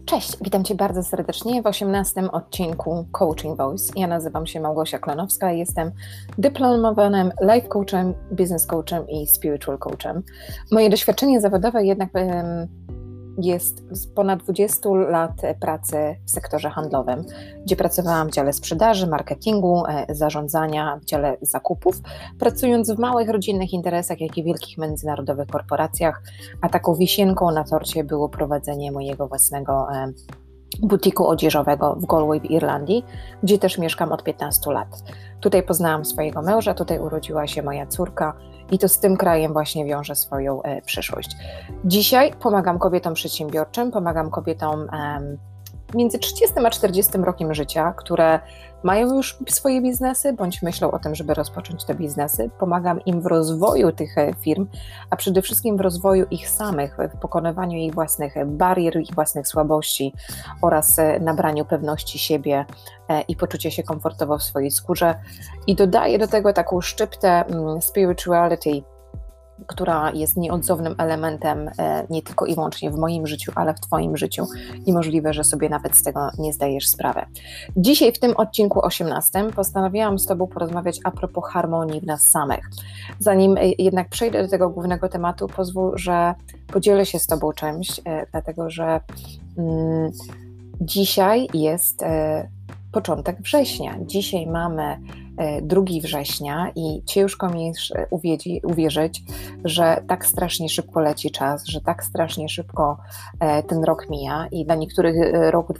Cześć, witam Cię bardzo serdecznie w 18 odcinku Coaching Voice. Ja nazywam się Małgosia Klonowska i jestem dyplomowanym life coachem, business coachem i spiritual coachem. Moje doświadczenie zawodowe jednak jest z ponad 20 lat pracy w sektorze handlowym, gdzie pracowałam w dziale sprzedaży, marketingu, zarządzania, w dziale zakupów, pracując w małych rodzinnych interesach, jak i wielkich międzynarodowych korporacjach, a taką wisienką na torcie było prowadzenie mojego własnego butiku odzieżowego w Galway w Irlandii, gdzie też mieszkam od 15 lat. Tutaj poznałam swojego męża, tutaj urodziła się moja córka i to z tym krajem właśnie wiąże swoją przyszłość. Dzisiaj pomagam kobietom przedsiębiorczym, pomagam kobietom między 30 a 40 rokiem życia, które mają już swoje biznesy, bądź myślą o tym, żeby rozpocząć te biznesy. Pomagam im w rozwoju tych firm, a przede wszystkim w rozwoju ich samych, w pokonywaniu ich własnych barier, ich własnych słabości oraz nabraniu pewności siebie i poczucia się komfortowo w swojej skórze. I dodaję do tego taką szczyptę spirituality, która jest nieodzownym elementem nie tylko i wyłącznie w moim życiu, ale w Twoim życiu i możliwe, że sobie nawet z tego nie zdajesz sprawy. Dzisiaj w tym odcinku 18 postanowiłam z Tobą porozmawiać a propos harmonii w nas samych. Zanim jednak przejdę do tego głównego tematu, pozwól, że podzielę się z Tobą czymś, dlatego że dzisiaj jest początek września. Dzisiaj mamy 2 września i ciężko mi jest uwierzyć, że tak strasznie szybko leci czas, że tak strasznie szybko ten rok mija i dla niektórych rok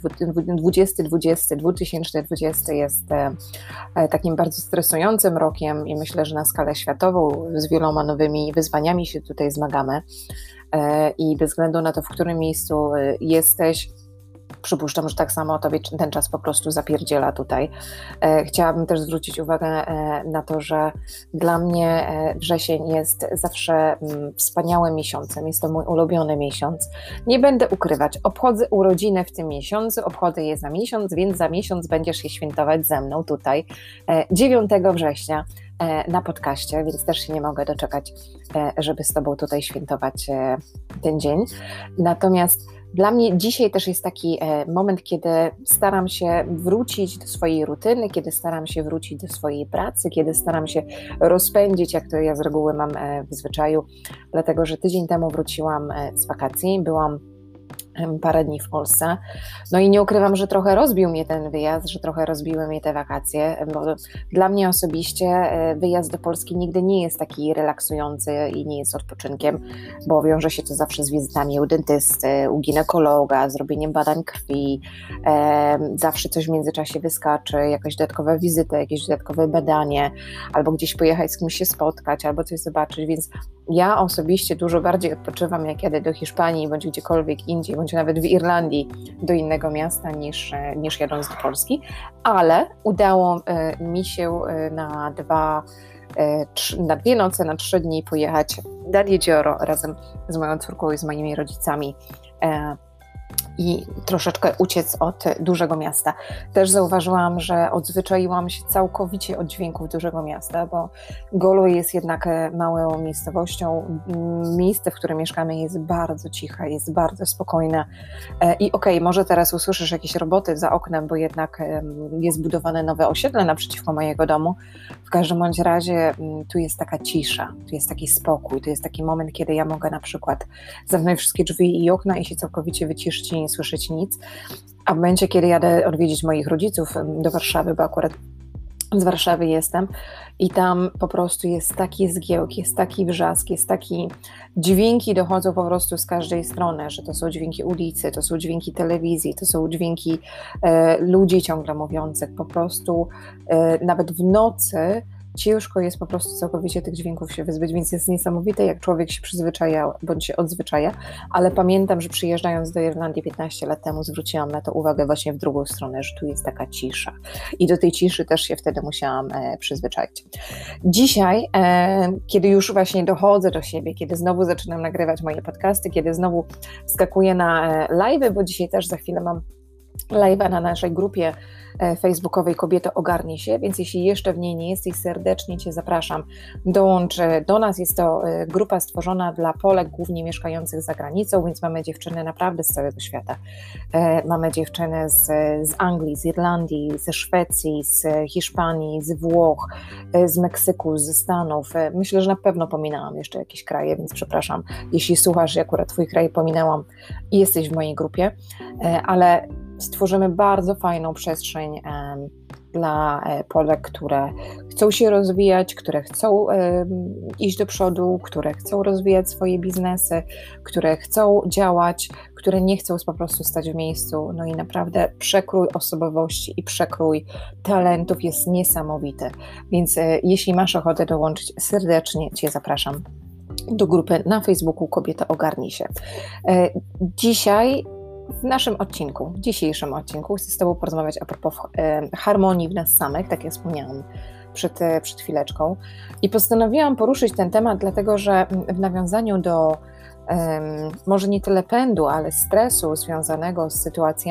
2020 jest takim bardzo stresującym rokiem i myślę, że na skalę światową z wieloma nowymi wyzwaniami się tutaj zmagamy i bez względu na to, w którym miejscu jesteś, przypuszczam, że tak samo o Tobie ten czas po prostu zapierdziela tutaj. Chciałabym też zwrócić uwagę na to, że dla mnie wrzesień jest zawsze wspaniałym miesiącem. Jest to mój ulubiony miesiąc. Nie będę ukrywać, obchodzę urodziny w tym miesiącu, obchodzę je za miesiąc, więc za miesiąc będziesz je świętować ze mną tutaj 9 września na podcaście, więc też się nie mogę doczekać, żeby z Tobą tutaj świętować ten dzień. Natomiast dla mnie dzisiaj też jest taki moment, kiedy staram się wrócić do swojej rutyny, kiedy staram się wrócić do swojej pracy, kiedy staram się rozpędzić, jak to ja z reguły mam w zwyczaju, dlatego że tydzień temu wróciłam z wakacji, byłam parę dni w Polsce, no i nie ukrywam, że trochę rozbił mnie ten wyjazd, że trochę rozbiły mnie te wakacje, bo dla mnie osobiście wyjazd do Polski nigdy nie jest taki relaksujący i nie jest odpoczynkiem, bo wiąże się to zawsze z wizytami u dentysty, u ginekologa, zrobieniem badań krwi, zawsze coś w międzyczasie wyskaczy, jakaś dodatkowa wizyta, jakieś dodatkowe badanie, albo gdzieś pojechać z kimś się spotkać, albo coś zobaczyć, więc ja osobiście dużo bardziej odpoczywam, jak jadę do Hiszpanii, bądź gdziekolwiek indziej, bądź nawet w Irlandii do innego miasta niż jadąc do Polski, ale udało mi się na 2 noce, na 3 dni pojechać nad jezioro razem z moją córką i z moimi rodzicami i troszeczkę uciec od dużego miasta. Też zauważyłam, że odzwyczaiłam się całkowicie od dźwięków dużego miasta, bo Galway jest jednak małą miejscowością. Miejsce, w którym mieszkamy, jest bardzo ciche, jest bardzo spokojne i może teraz usłyszysz jakieś roboty za oknem, bo jednak jest budowane nowe osiedle naprzeciwko mojego domu. W każdym bądź razie tu jest taka cisza, tu jest taki spokój, tu jest taki moment, kiedy ja mogę na przykład zamknąć wszystkie drzwi i okna i się całkowicie wyciszyć i nie słyszeć nic, a w momencie, kiedy jadę odwiedzić moich rodziców do Warszawy, bo akurat z Warszawy jestem i tam po prostu jest taki zgiełk, jest taki wrzask, jest taki dźwięki dochodzą po prostu z każdej strony, że to są dźwięki ulicy, to są dźwięki telewizji, to są dźwięki ludzi ciągle mówiących, po prostu nawet w nocy ciężko jest po prostu całkowicie tych dźwięków się wyzbyć, więc jest niesamowite, jak człowiek się przyzwyczaja, bądź się odzwyczaja, ale pamiętam, że przyjeżdżając do Irlandii 15 lat temu zwróciłam na to uwagę właśnie w drugą stronę, że tu jest taka cisza i do tej ciszy też się wtedy musiałam przyzwyczaić. Dzisiaj, kiedy już właśnie dochodzę do siebie, kiedy znowu zaczynam nagrywać moje podcasty, kiedy znowu wskakuję na live'y, bo dzisiaj też za chwilę mam live'a na naszej grupie facebookowej Kobieta Ogarnij się, więc jeśli jeszcze w niej nie jesteś, serdecznie Cię zapraszam. Dołącz do nas, jest to grupa stworzona dla Polek, głównie mieszkających za granicą, więc mamy dziewczyny naprawdę z całego świata. Mamy dziewczyny z Anglii, z Irlandii, ze Szwecji, z Hiszpanii, z Włoch, z Meksyku, ze Stanów. Myślę, że na pewno pominęłam jeszcze jakieś kraje, więc przepraszam, jeśli słuchasz, że akurat Twój kraj pominęłam i jesteś w mojej grupie, ale stworzymy bardzo fajną przestrzeń dla Polek, które chcą się rozwijać, które chcą iść do przodu, które chcą rozwijać swoje biznesy, które chcą działać, które nie chcą po prostu stać w miejscu. No i naprawdę przekrój osobowości i przekrój talentów jest niesamowity. Więc jeśli masz ochotę dołączyć, serdecznie Cię zapraszam do grupy na Facebooku Kobieta Ogarnij się. Dzisiaj w dzisiejszym odcinku chcę z Tobą porozmawiać a propos harmonii w nas samych, tak jak wspomniałam przed chwileczką. I postanowiłam poruszyć ten temat, dlatego że w nawiązaniu do może nie tyle pędu, ale stresu związanego z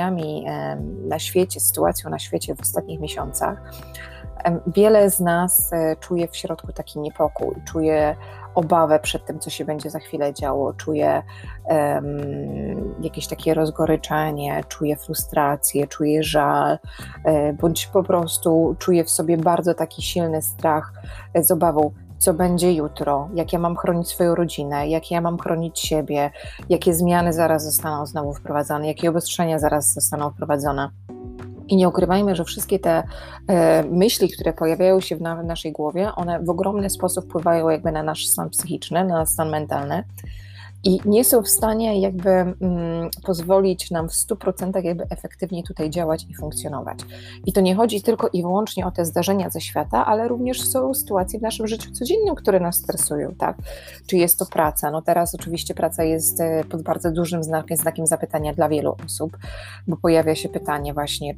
sytuacją na świecie w ostatnich miesiącach, wiele z nas czuje w środku taki niepokój, czuje obawę przed tym, co się będzie za chwilę działo, czuje jakieś takie rozgoryczenie, czuje frustrację, czuje żal, bądź po prostu czuje w sobie bardzo taki silny strach z obawą, co będzie jutro, jak ja mam chronić swoją rodzinę, jak ja mam chronić siebie, jakie zmiany zaraz zostaną znowu wprowadzone, jakie obostrzenia zaraz zostaną wprowadzone. I nie ukrywajmy, że wszystkie te myśli, które pojawiają się w naszej głowie, one w ogromny sposób wpływają jakby na nasz stan psychiczny, na nasz stan mentalny i nie są w stanie jakby pozwolić nam w 100% jakby efektywnie tutaj działać i funkcjonować. I to nie chodzi tylko i wyłącznie o te zdarzenia ze świata, ale również są sytuacje w naszym życiu codziennym, które nas stresują, tak? Czy jest to praca? No teraz oczywiście praca jest pod bardzo dużym znakiem zapytania dla wielu osób, bo pojawia się pytanie właśnie,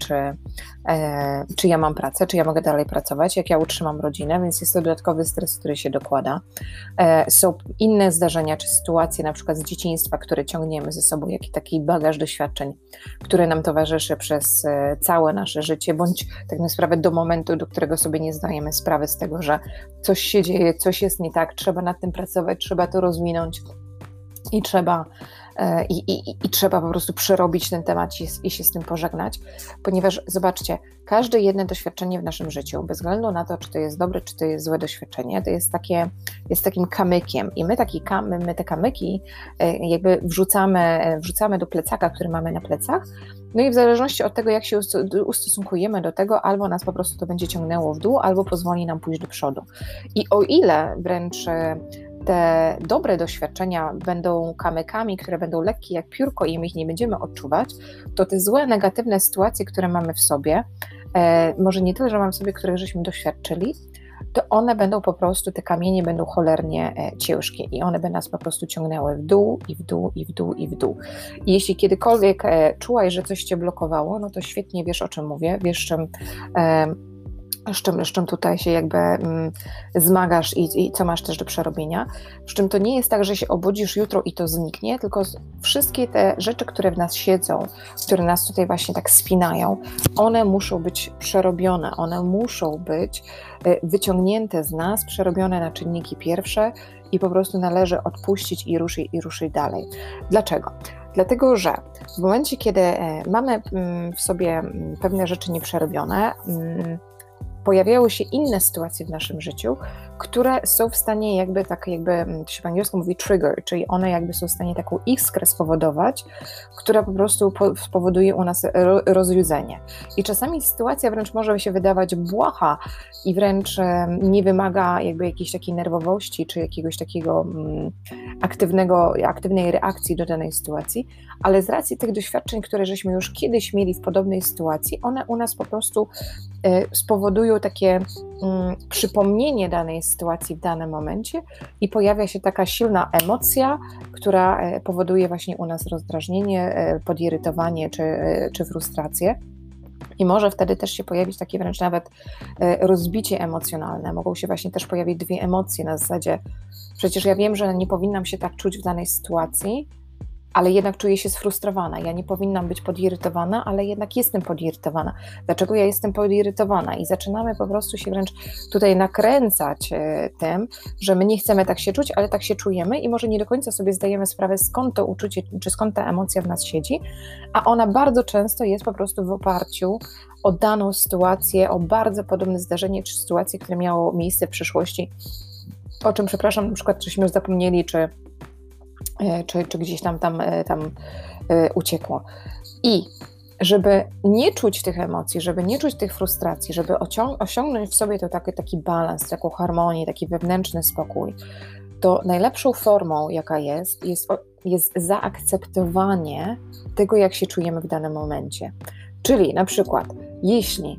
czy ja mam pracę, czy ja mogę dalej pracować, jak ja utrzymam rodzinę, więc jest to dodatkowy stres, który się dokłada. Są inne zdarzenia, czy sytuacje na przykład z dzieciństwa, które ciągniemy ze sobą, jaki taki bagaż doświadczeń, który nam towarzyszy przez całe nasze życie, bądź tak na sprawę do momentu, do którego sobie nie zdajemy sprawy z tego, że coś się dzieje, coś jest nie tak, trzeba nad tym pracować, trzeba to rozwinąć i trzeba po prostu przerobić ten temat i się z tym pożegnać, ponieważ zobaczcie, każde jedno doświadczenie w naszym życiu, bez względu na to, czy to jest dobre, czy to jest złe doświadczenie, to jest takim kamykiem i my te kamyki jakby wrzucamy do plecaka, który mamy na plecach, no i w zależności od tego, jak się ustosunkujemy do tego, albo nas po prostu to będzie ciągnęło w dół, albo pozwoli nam pójść do przodu. I o ile wręcz te dobre doświadczenia będą kamykami, które będą lekkie jak piórko i my ich nie będziemy odczuwać, to te złe, negatywne sytuacje, które mamy w sobie, może nie tyle, że mamy w sobie, których żeśmy doświadczyli, to one będą po prostu, te kamienie będą cholernie ciężkie i one będą nas po prostu ciągnęły w dół i w dół i w dół i w dół. I jeśli kiedykolwiek czułaś, że coś Cię blokowało, no to świetnie wiesz, o czym mówię, wiesz, z czym tutaj się jakby zmagasz i co masz też do przerobienia. Przy czym to nie jest tak, że się obudzisz jutro i to zniknie, tylko wszystkie te rzeczy, które w nas siedzą, które nas tutaj właśnie tak spinają, one muszą być przerobione, one muszą być wyciągnięte z nas, przerobione na czynniki pierwsze i po prostu należy odpuścić i ruszyć dalej. Dlaczego? Dlatego, że w momencie, kiedy mamy w sobie pewne rzeczy nieprzerobione, pojawiały się inne sytuacje w naszym życiu, które są w stanie to się po angielsku mówi trigger, czyli one jakby są w stanie taką iskrę spowodować, która po prostu spowoduje u nas rozjudzenie. I czasami sytuacja wręcz może się wydawać błaha i wręcz nie wymaga jakby jakiejś takiej nerwowości, czy jakiegoś takiego aktywnej reakcji do danej sytuacji, ale z racji tych doświadczeń, które żeśmy już kiedyś mieli w podobnej sytuacji, one u nas po prostu spowodują takie przypomnienie danej sytuacji w danym momencie i pojawia się taka silna emocja, która powoduje właśnie u nas rozdrażnienie, podirytowanie czy frustrację. I może wtedy też się pojawić takie wręcz nawet rozbicie emocjonalne. Mogą się właśnie też pojawić dwie emocje na zasadzie, przecież ja wiem, że nie powinnam się tak czuć w danej sytuacji, ale jednak czuję się sfrustrowana. Ja nie powinnam być podirytowana, ale jednak jestem podirytowana. Dlaczego ja jestem podirytowana? I zaczynamy po prostu się wręcz tutaj nakręcać tym, że my nie chcemy tak się czuć, ale tak się czujemy i może nie do końca sobie zdajemy sprawę, skąd to uczucie, czy skąd ta emocja w nas siedzi, a ona bardzo często jest po prostu w oparciu o daną sytuację, o bardzo podobne zdarzenie, czy sytuację, które miało miejsce w przeszłości, o czym, przepraszam, na przykład żeśmy już zapomnieli, czy gdzieś tam uciekło. I żeby nie czuć tych emocji, żeby nie czuć tych frustracji, żeby osiągnąć w sobie to taki balans, taką harmonię, taki wewnętrzny spokój, to najlepszą formą, jaka jest zaakceptowanie tego, jak się czujemy w danym momencie. Czyli na przykład, jeśli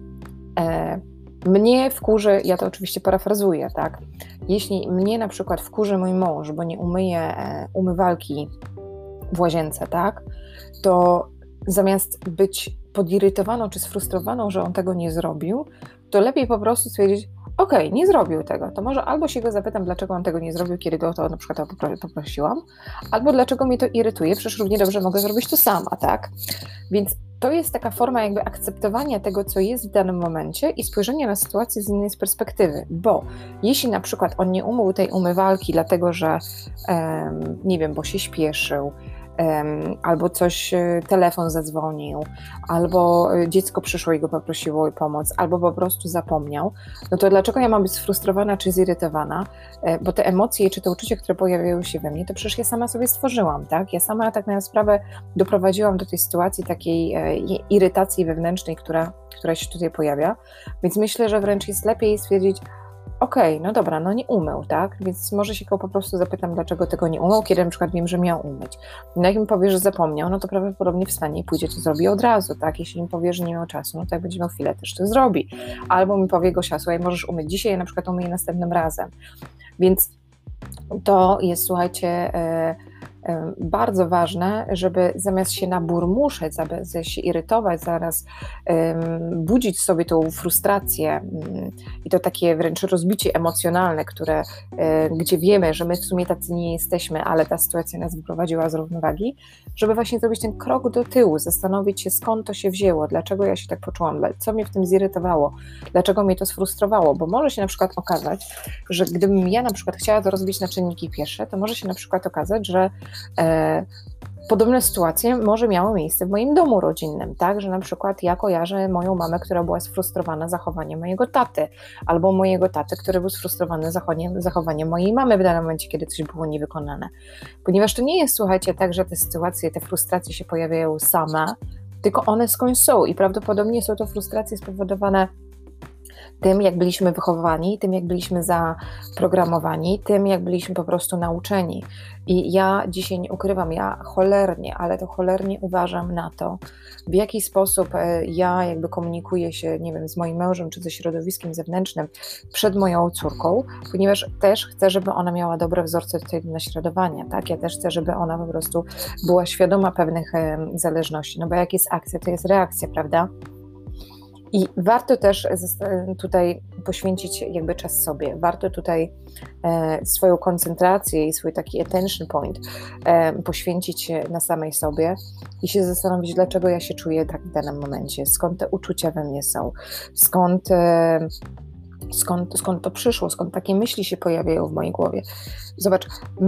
mnie wkurzy, ja to oczywiście parafrazuję, tak? Jeśli mnie na przykład wkurzy mój mąż, bo nie umyje umywalki w łazience, tak? To zamiast być podirytowaną czy sfrustrowaną, że on tego nie zrobił, to lepiej po prostu stwierdzić, okej, nie zrobił tego, to może albo się go zapytam, dlaczego on tego nie zrobił, kiedy go to na przykład poprosiłam, albo dlaczego mnie to irytuje, przecież równie dobrze mogę zrobić to sama, tak? Więc to jest taka forma jakby akceptowania tego, co jest w danym momencie i spojrzenia na sytuację z innej perspektywy, bo jeśli na przykład on nie umył tej umywalki dlatego, że nie wiem, bo się śpieszył, albo coś, telefon zadzwonił, albo dziecko przyszło i go poprosiło o pomoc, albo po prostu zapomniał, no to dlaczego ja mam być sfrustrowana czy zirytowana? Bo te emocje czy te uczucia, które pojawiają się we mnie, to przecież ja sama sobie stworzyłam, tak? Ja sama tak na sprawę doprowadziłam do tej sytuacji takiej irytacji wewnętrznej, która się tutaj pojawia, więc myślę, że wręcz jest lepiej stwierdzić, okej, no dobra, no nie umył, tak? Więc może się go po prostu zapytam, dlaczego tego nie umył, kiedy na przykład wiem, że miał umyć. No jak mi powie, że zapomniał, no to prawdopodobnie wstanie i pójdzie, to zrobi od razu, tak? Jeśli mi powie, że nie miał czasu, no to jak będzie miał chwilę, też to zrobi. Albo mi powie, Gosia, słuchaj, możesz umyć dzisiaj, ja na przykład umyję następnym razem. Więc to jest, słuchajcie, bardzo ważne, żeby zamiast się naburmuszać, zamiast się irytować, zaraz budzić sobie tą frustrację i to takie wręcz rozbicie emocjonalne, gdzie wiemy, że my w sumie tacy nie jesteśmy, ale ta sytuacja nas wyprowadziła z równowagi, żeby właśnie zrobić ten krok do tyłu, zastanowić się, skąd to się wzięło, dlaczego ja się tak poczułam, co mnie w tym zirytowało, dlaczego mnie to sfrustrowało, bo może się na przykład okazać, że gdybym ja na przykład chciała to rozbić na czynniki pierwsze, to może się na przykład okazać, że podobne sytuacje może miały miejsce w moim domu rodzinnym, tak, że na przykład ja kojarzę moją mamę, która była sfrustrowana zachowaniem mojego taty, albo mojego taty, który był sfrustrowany zachowaniem mojej mamy w danym momencie, kiedy coś było niewykonane. Ponieważ to nie jest, słuchajcie, tak, że te sytuacje, te frustracje się pojawiają same, tylko one skądś są i prawdopodobnie są to frustracje spowodowane tym, jak byliśmy wychowani, tym, jak byliśmy zaprogramowani, tym, jak byliśmy po prostu nauczeni. I ja dzisiaj nie ukrywam, ja cholernie uważam na to, w jaki sposób ja jakby komunikuję się, nie wiem, z moim mężem, czy ze środowiskiem zewnętrznym przed moją córką, ponieważ też chcę, żeby ona miała dobre wzorce tutaj do naśladowania, tak? Ja też chcę, żeby ona po prostu była świadoma pewnych zależności, no bo jak jest akcja, to jest reakcja, prawda? I warto też tutaj poświęcić jakby czas sobie, warto tutaj swoją koncentrację i swój taki attention point poświęcić na samej sobie i się zastanowić, dlaczego ja się czuję tak w danym momencie, skąd te uczucia we mnie są, skąd to przyszło, skąd takie myśli się pojawiają w mojej głowie. Zobacz,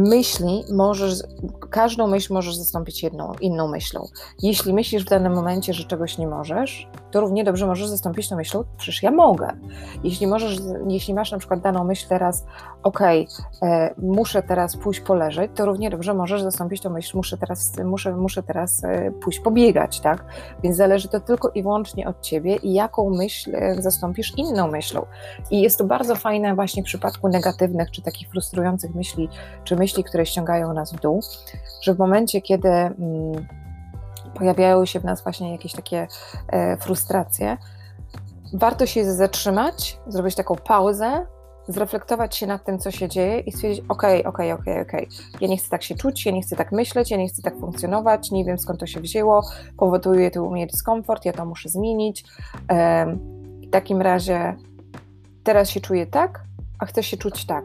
każdą myśl możesz zastąpić inną myślą. Jeśli myślisz w danym momencie, że czegoś nie możesz, to równie dobrze możesz zastąpić tą myślą, przecież ja mogę. Jeśli masz na przykład daną myśl teraz, muszę teraz pójść poleżeć, to równie dobrze możesz zastąpić tą myśl, muszę teraz pójść pobiegać, tak? Więc zależy to tylko i wyłącznie od ciebie i jaką myśl zastąpisz inną myślą. I jest to bardzo fajne właśnie w przypadku negatywnych, czy takich frustrujących myśli, czy myśli, które ściągają nas w dół, że w momencie, kiedy pojawiają się w nas właśnie jakieś takie frustracje, warto się zatrzymać, zrobić taką pauzę, zreflektować się nad tym, co się dzieje i stwierdzić, okej, ja nie chcę tak się czuć, ja nie chcę tak myśleć, ja nie chcę tak funkcjonować, nie wiem, skąd to się wzięło, powoduje to u mnie dyskomfort, ja to muszę zmienić. W takim razie teraz się czuję tak, a chcę się czuć tak.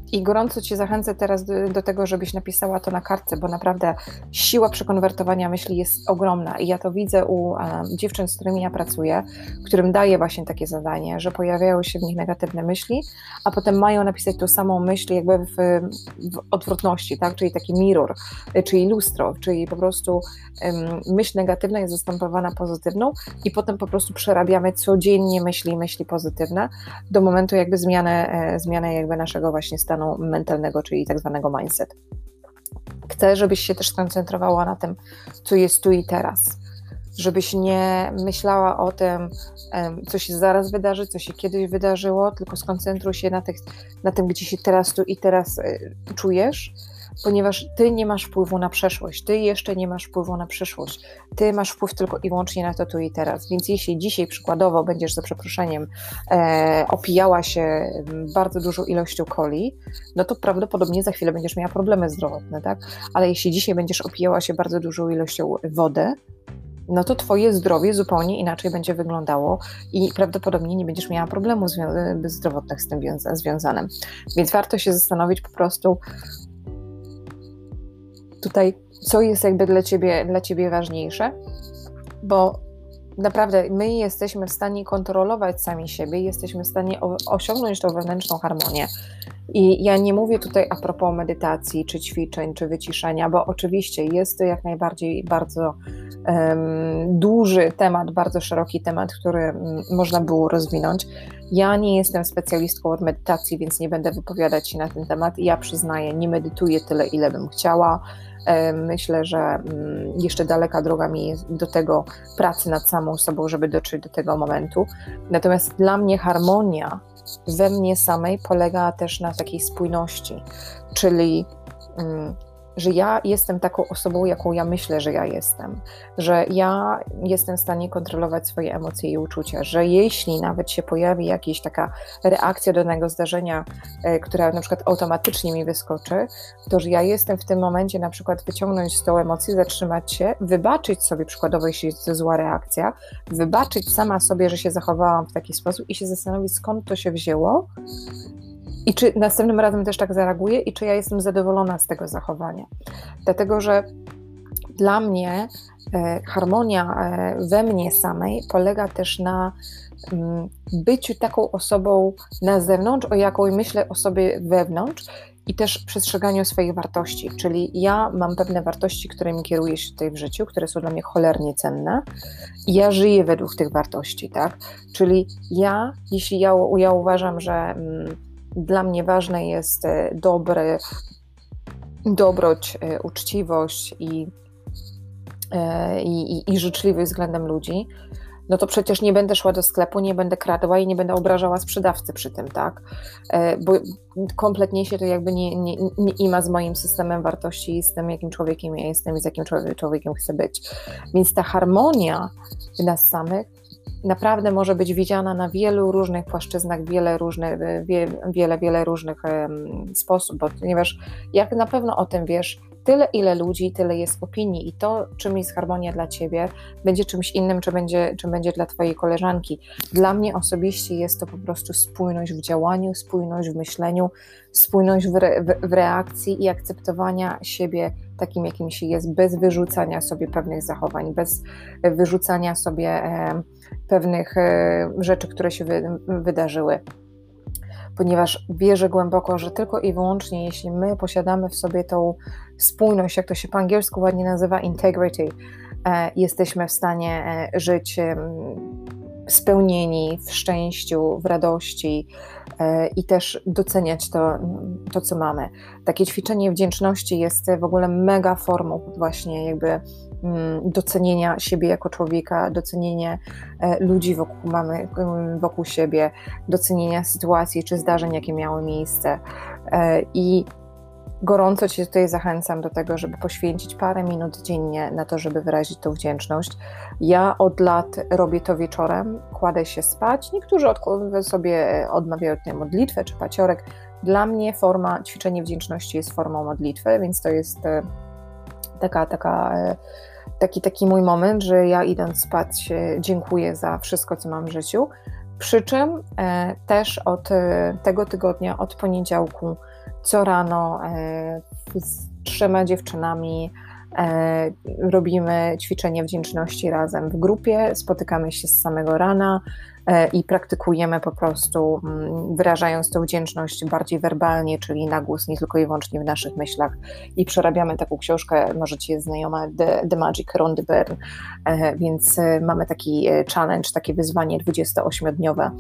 I gorąco Cię zachęcę teraz do tego, żebyś napisała to na kartce, bo naprawdę siła przekonwertowania myśli jest ogromna i ja to widzę u dziewczyn, z którymi ja pracuję, którym daję właśnie takie zadanie, że pojawiają się w nich negatywne myśli, a potem mają napisać tą samą myśl jakby w odwrotności, tak? Czyli taki mirror, czyli lustro, czyli po prostu myśl negatywna jest zastępowana pozytywną i potem po prostu przerabiamy codziennie myśli pozytywne do momentu jakby zmiany jakby naszego właśnie stanu mentalnego, czyli tak zwanego mindset. Chcę, żebyś się też skoncentrowała na tym, co jest tu i teraz. Żebyś nie myślała o tym, co się zaraz wydarzy, co się kiedyś wydarzyło, tylko skoncentruj się na tym, gdzie się teraz, tu i teraz czujesz, ponieważ Ty nie masz wpływu na przeszłość, Ty jeszcze nie masz wpływu na przyszłość, Ty masz wpływ tylko i wyłącznie na to tu i teraz, więc jeśli dzisiaj przykładowo będziesz za przeproszeniem opijała się bardzo dużą ilością coli, no to prawdopodobnie za chwilę będziesz miała problemy zdrowotne, tak? Ale jeśli dzisiaj będziesz opijała się bardzo dużą ilością wody, no to Twoje zdrowie zupełnie inaczej będzie wyglądało i prawdopodobnie nie będziesz miała problemu zdrowotnych z tym związanym. Więc warto się zastanowić po prostu tutaj, co jest jakby dla ciebie ważniejsze, bo naprawdę my jesteśmy w stanie kontrolować sami siebie, jesteśmy w stanie osiągnąć tą wewnętrzną harmonię. I ja nie mówię tutaj a propos medytacji, czy ćwiczeń, czy wyciszenia, bo oczywiście jest to jak najbardziej bardzo duży temat, bardzo szeroki temat, który można było rozwinąć. Ja nie jestem specjalistką od medytacji, więc nie będę wypowiadać się na ten temat. Ja przyznaję, nie medytuję tyle, ile bym chciała. Myślę, że jeszcze daleka droga mi jest do tego pracy nad samą sobą, żeby dotrzeć do tego momentu. Natomiast dla mnie harmonia we mnie samej polega też na takiej spójności, czyli że ja jestem taką osobą, jaką ja myślę, że ja jestem, że ja jestem w stanie kontrolować swoje emocje i uczucia, że jeśli nawet się pojawi jakaś taka reakcja do danego zdarzenia, która na przykład automatycznie mi wyskoczy, to że ja jestem w tym momencie na przykład wyciągnąć z tą emocję, zatrzymać się, wybaczyć sobie przykładowo, jeśli jest to zła reakcja, wybaczyć sama sobie, że się zachowałam w taki sposób i się zastanowić, skąd to się wzięło, i czy następnym razem też tak zareaguję i czy ja jestem zadowolona z tego zachowania. Dlatego, że dla mnie harmonia we mnie samej polega też na byciu taką osobą na zewnątrz, o jaką myślę o sobie wewnątrz i też przestrzeganiu swoich wartości. Czyli ja mam pewne wartości, którymi kieruję się tutaj w życiu, które są dla mnie cholernie cenne i ja żyję według tych wartości, tak? Czyli jeśli ja uważam, że dla mnie ważne jest dobroć, uczciwość i życzliwość względem ludzi, no to przecież nie będę szła do sklepu, nie będę kradła i nie będę obrażała sprzedawcy przy tym, tak? Bo kompletnie się to jakby nie ima z moim systemem wartości i z tym, jakim człowiekiem ja jestem i z jakim człowiekiem chcę być. Więc ta harmonia w nas samych naprawdę może być widziana na wielu różnych płaszczyznach, wiele różnych sposobów, ponieważ jak na pewno o tym wiesz, tyle ile ludzi, tyle jest opinii i to, czym jest harmonia dla Ciebie, będzie czymś innym, czym będzie dla Twojej koleżanki. Dla mnie osobiście jest to po prostu spójność w działaniu, spójność w myśleniu, spójność w reakcji i akceptowania siebie takim, jakim się jest, bez wyrzucania sobie pewnych zachowań, bez wyrzucania sobie pewnych rzeczy, które się wydarzyły. Ponieważ wierzę głęboko, że tylko i wyłącznie jeśli my posiadamy w sobie tą spójność, jak to się po angielsku ładnie nazywa integrity, jesteśmy w stanie żyć spełnieni, w szczęściu, w radości i też doceniać to, co mamy. Takie ćwiczenie wdzięczności jest w ogóle mega formą właśnie jakby docenienia siebie jako człowieka, docenienia ludzi wokół siebie, docenienia sytuacji czy zdarzeń, jakie miały miejsce. I gorąco Cię tutaj zachęcam do tego, żeby poświęcić parę minut dziennie na to, żeby wyrazić tą wdzięczność. Ja od lat robię to wieczorem, kładę się spać. Niektórzy sobie odmawiają tę modlitwę czy paciorek. Dla mnie ćwiczenie wdzięczności jest formą modlitwy, więc to jest taki mój moment, że ja idąc spać dziękuję za wszystko, co mam w życiu. Przy czym też od tego tygodnia, od poniedziałku co rano z 3 dziewczynami robimy ćwiczenie wdzięczności razem w grupie, spotykamy się z samego rana i praktykujemy po prostu, wyrażając tę wdzięczność bardziej werbalnie, czyli na głos, nie tylko i wyłącznie w naszych myślach, i przerabiamy taką książkę, możecie jest znajoma, The Magic Rondy Byrne, więc mamy taki challenge, takie wyzwanie 28-dniowe,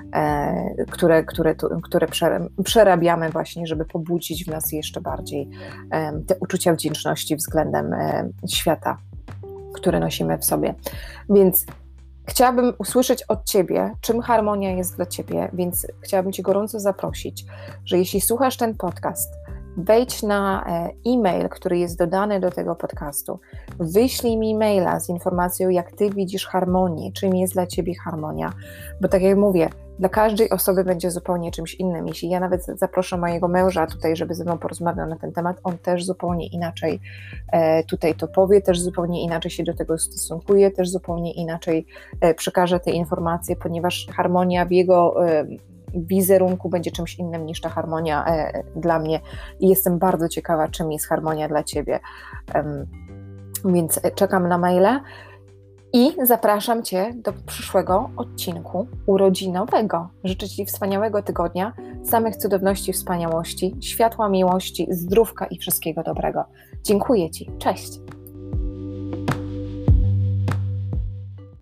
które przerabiamy właśnie, żeby pobudzić w nas jeszcze bardziej te uczucia wdzięczności względem świata, które nosimy w sobie. Więc chciałabym usłyszeć od Ciebie, czym harmonia jest dla Ciebie, więc chciałabym Cię gorąco zaprosić, że jeśli słuchasz ten podcast, wejdź na e-mail, który jest dodany do tego podcastu, wyślij mi maila z informacją, jak Ty widzisz harmonię, czym jest dla Ciebie harmonia, bo tak jak mówię, dla każdej osoby będzie zupełnie czymś innym. Jeśli ja nawet zaproszę mojego męża tutaj, żeby ze mną porozmawiał na ten temat, on też zupełnie inaczej tutaj to powie, też zupełnie inaczej się do tego stosunkuje, też zupełnie inaczej przekaże te informacje, ponieważ harmonia w jego wizerunku będzie czymś innym niż ta harmonia dla mnie i jestem bardzo ciekawa, czym jest harmonia dla Ciebie. Więc czekam na maile i zapraszam Cię do przyszłego odcinku urodzinowego. Życzę Ci wspaniałego tygodnia, samych cudowności, wspaniałości, światła, miłości, zdrówka i wszystkiego dobrego. Dziękuję Ci. Cześć!